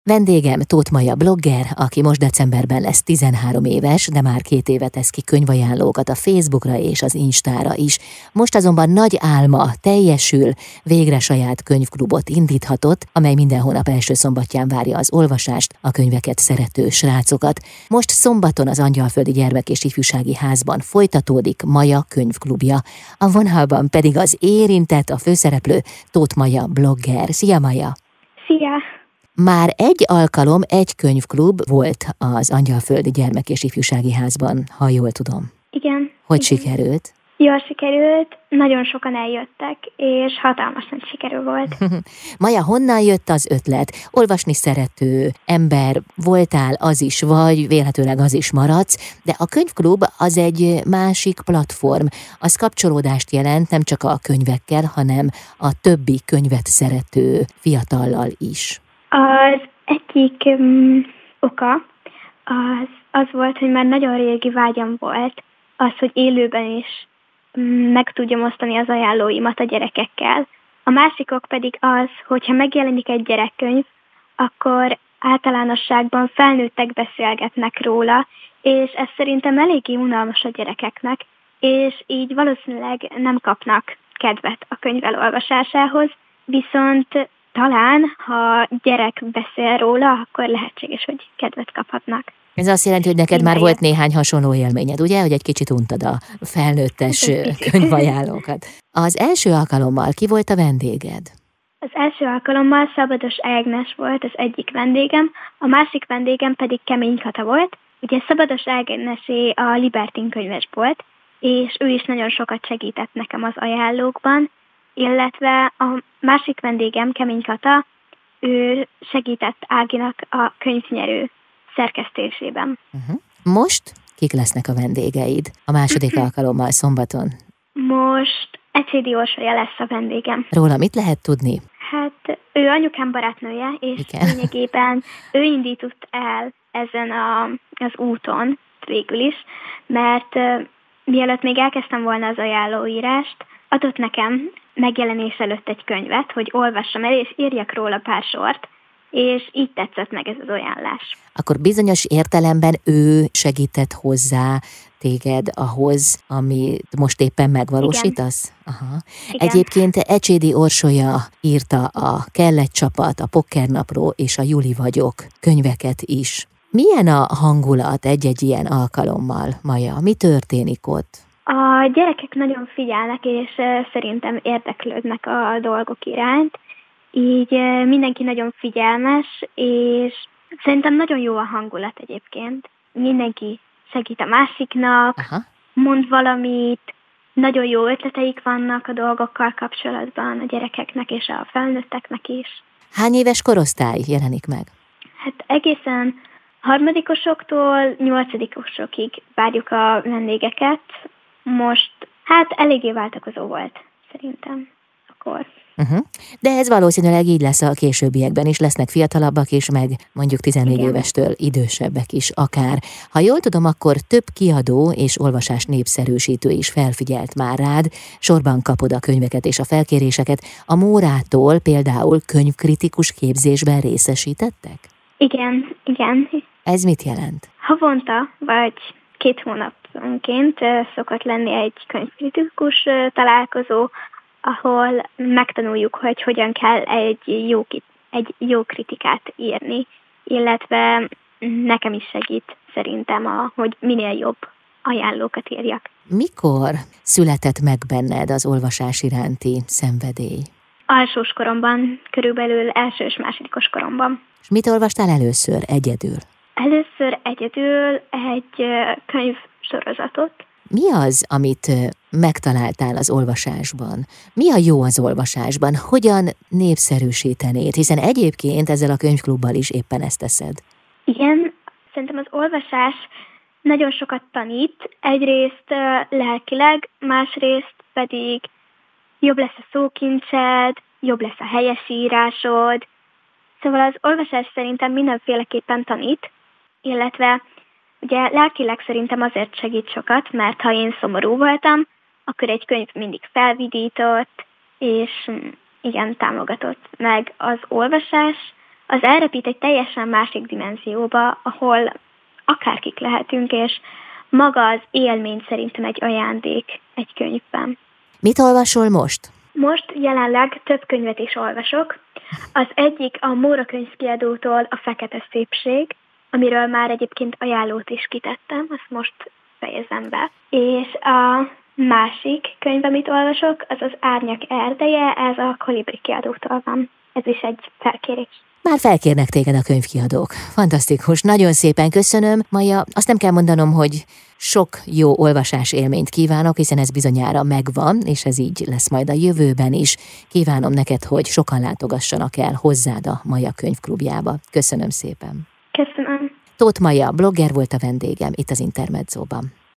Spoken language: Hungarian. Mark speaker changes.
Speaker 1: Vendégem Tóth Maja blogger, aki most decemberben lesz 13 éves, de már 2 éve tesz ki könyvajánlókat a Facebookra és az Instára is. Most azonban nagy álma teljesül, végre saját könyvklubot indíthatott, amely minden hónap első szombatján várja az olvasást, a könyveket szerető srácokat. Most szombaton az Angyalföldi Gyermek és Ifjúsági Házban folytatódik Maja könyvklubja. A vonalban pedig az érintett, a főszereplő Tóth Maja blogger. Szia, Maja!
Speaker 2: Szia!
Speaker 1: Már egy alkalom, egy könyvklub volt az Angyalföldi Gyermek és Ifjúsági Házban, ha jól tudom.
Speaker 2: Igen.
Speaker 1: Hogy
Speaker 2: igen.
Speaker 1: sikerült?
Speaker 2: Jól sikerült, nagyon sokan eljöttek, és hatalmas nagy sikerű volt.
Speaker 1: Maja, honnan jött az ötlet? Olvasni szerető ember voltál, az is vagy, vélhetőleg az is maradsz, de a könyvklub az egy másik platform. Az kapcsolódást jelent nem csak a könyvekkel, hanem a többi könyvet szerető fiatallal is.
Speaker 2: Az egyik oka az volt, hogy már nagyon régi vágyam volt az, hogy élőben is meg tudjam osztani az ajánlóimat a gyerekekkel. A másik ok pedig az, hogyha megjelenik egy gyerekkönyv, akkor általánosságban felnőttek beszélgetnek róla, és ez szerintem eléggé unalmas a gyerekeknek, és így valószínűleg nem kapnak kedvet a könyv elolvasásához, viszont talán, ha gyerek beszél róla, akkor lehetséges, hogy kedvet kaphatnak.
Speaker 1: Ez azt jelenti, hogy neked már volt néhány hasonló élményed, ugye? Hogy egy kicsit untad a felnőttes könyvajánlókat. Az első alkalommal ki volt a vendéged?
Speaker 2: Az első alkalommal Szabados Ágnes volt az egyik vendégem, a másik vendégem pedig Kemény Kata volt. Ugye Szabados Ágnesé a Libertin könyvesbolt, és ő is nagyon sokat segített nekem az ajánlókban, illetve a másik vendégem, Kemény Kata, ő segített Áginak a könyvnyerő szerkesztésében.
Speaker 1: Most kik lesznek a vendégeid a második alkalommal szombaton?
Speaker 2: Most Ecsédi Orsolya lesz a vendégem.
Speaker 1: Róla mit lehet tudni?
Speaker 2: Hát ő anyukám barátnője, és lényegében ő indított el ezen az úton végül is, mert mielőtt még elkezdtem volna az ajánlóírást, adott nekem megjelenés előtt egy könyvet, hogy olvassam el, és írjak róla pár sort, és így tetszett meg ez az ajánlás.
Speaker 1: Akkor bizonyos értelemben ő segített hozzá téged ahhoz, amit most éppen megvalósítasz?
Speaker 2: Igen.
Speaker 1: Aha.
Speaker 2: Igen.
Speaker 1: Egyébként Ecsédi Orsolya írta a Kell egy csapat, a Pokkernapról és a Juli vagyok könyveket is. Milyen a hangulat egy-egy ilyen alkalommal, Maja? Mi történik ott?
Speaker 2: A gyerekek nagyon figyelnek, és szerintem érdeklődnek a dolgok iránt. Így mindenki nagyon figyelmes, és szerintem nagyon jó a hangulat egyébként. Mindenki segít a másiknak, mond valamit, nagyon jó ötleteik vannak a dolgokkal kapcsolatban a gyerekeknek és a felnőtteknek is.
Speaker 1: Hány éves korosztály jelenik meg?
Speaker 2: Hát egészen harmadikosoktól 8-osokig várjuk a vendégeket. Most eléggé váltakozó volt szerintem akkor.
Speaker 1: De ez valószínűleg így lesz a későbbiekben is, lesznek fiatalabbak is, meg mondjuk 14 évestől idősebbek is akár. Ha jól tudom, akkor több kiadó és olvasás népszerűsítő is felfigyelt már rád, sorban kapod a könyveket és a felkéréseket. A Mórától például könyvkritikus képzésben részesítettek?
Speaker 2: Igen.
Speaker 1: Ez mit jelent?
Speaker 2: Havonta vagy 2 hónaponként szokott lenni egy könyvkritikus találkozó, ahol megtanuljuk, hogy hogyan kell egy jó kritikát írni, illetve nekem is segít szerintem, hogy minél jobb ajánlókat írjak.
Speaker 1: Mikor született meg benned az olvasás iránti szenvedély?
Speaker 2: Alsós koromban, körülbelül első és másodikos koromban.
Speaker 1: És mit olvastál először egyedül?
Speaker 2: Először egyedül egy könyvsorozatot.
Speaker 1: Mi az, amit megtaláltál az olvasásban? Mi a jó az olvasásban? Hogyan népszerűsítenéd? Hiszen egyébként ezzel a könyvklubbal is éppen ezt teszed.
Speaker 2: Igen, szerintem az olvasás nagyon sokat tanít. Egyrészt lelkileg, másrészt pedig jobb lesz a szókincsed, jobb lesz a helyesírásod. Szóval az olvasás szerintem mindenféleképpen tanít, illetve ugye lelkileg szerintem azért segít sokat, mert ha én szomorú voltam, akkor egy könyv mindig felvidított, és igen, támogatott. Meg az olvasás az elrepít egy teljesen másik dimenzióba, ahol akárkik lehetünk, és maga az élmény szerintem egy ajándék egy könyvben.
Speaker 1: Mit olvasol most?
Speaker 2: Most jelenleg több könyvet is olvasok. Az egyik a Móra Könyvkiadótól a Fekete Szépség, amiről már egyébként ajánlót is kitettem, azt most fejezem be. És a másik könyv, amit olvasok, az az Árnyak erdeje, ez a Kolibri kiadótól van. Ez is egy felkérés.
Speaker 1: Már felkérnek téged a könyvkiadók. Fantasztikus, nagyon szépen köszönöm. Maja, azt nem kell mondanom, hogy sok jó olvasás élményt kívánok, hiszen ez bizonyára megvan, és ez így lesz majd a jövőben is. Kívánom neked, hogy sokan látogassanak el hozzád a Maja könyvklubjába. Köszönöm szépen.
Speaker 2: Köszönöm.
Speaker 1: Tóth Maja, blogger volt a vendégem itt az Intermedzóban.